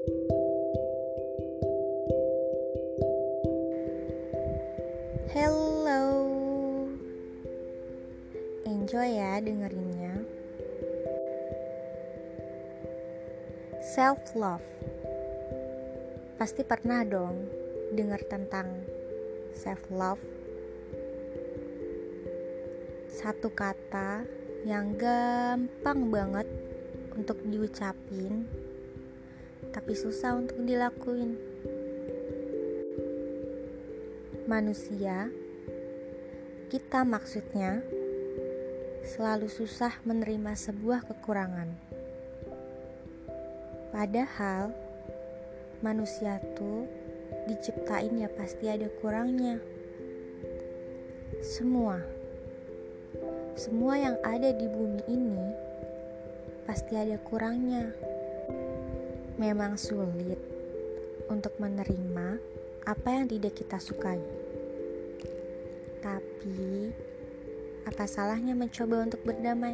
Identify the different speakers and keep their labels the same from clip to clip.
Speaker 1: Hello, enjoy ya dengerinnya. Self love, pasti pernah dong dengar tentang self love. Satu kata yang gampang banget untuk diucapin, tapi susah untuk dilakuin. Manusia, kita maksudnya, selalu susah menerima sebuah kekurangan. Padahal manusia tuh diciptain ya pasti ada kurangnya. Semua yang ada di bumi ini pasti ada kurangnya. Memang sulit untuk menerima apa yang tidak kita sukai. Tapi, apa salahnya mencoba untuk berdamai?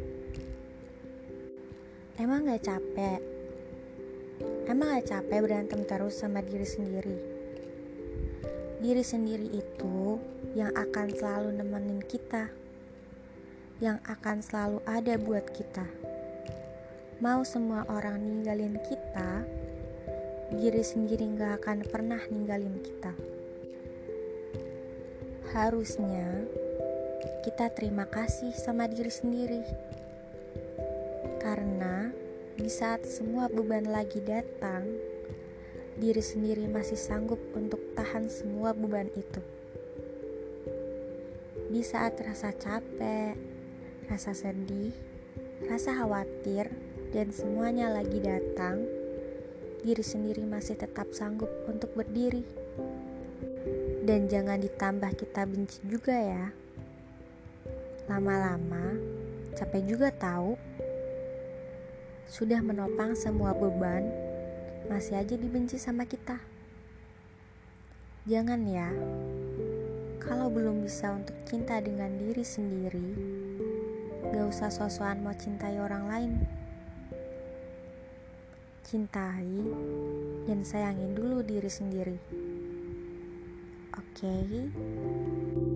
Speaker 1: Emang gak capek? Emang gak capek berantem terus sama diri sendiri? Diri sendiri itu yang akan selalu nemenin kita, yang akan selalu ada buat kita. Mau semua orang ninggalin kita, diri sendiri gak akan pernah ninggalin kita. Harusnya kita terima kasih sama diri sendiri, karena di saat semua beban lagi datang, diri sendiri masih sanggup untuk tahan semua beban itu. Di saat rasa capek, rasa sedih, rasa khawatir, dan semuanya lagi datang, diri sendiri masih tetap sanggup untuk berdiri. Dan jangan ditambah kita benci juga ya. Lama-lama capek juga tahu. Sudah menopang semua beban, masih aja dibenci sama kita. Jangan ya. Kalau belum bisa untuk cinta dengan diri sendiri, gak usah sok-sokan mau cintai orang lain. Cintai dan sayangi dulu diri sendiri. Oke?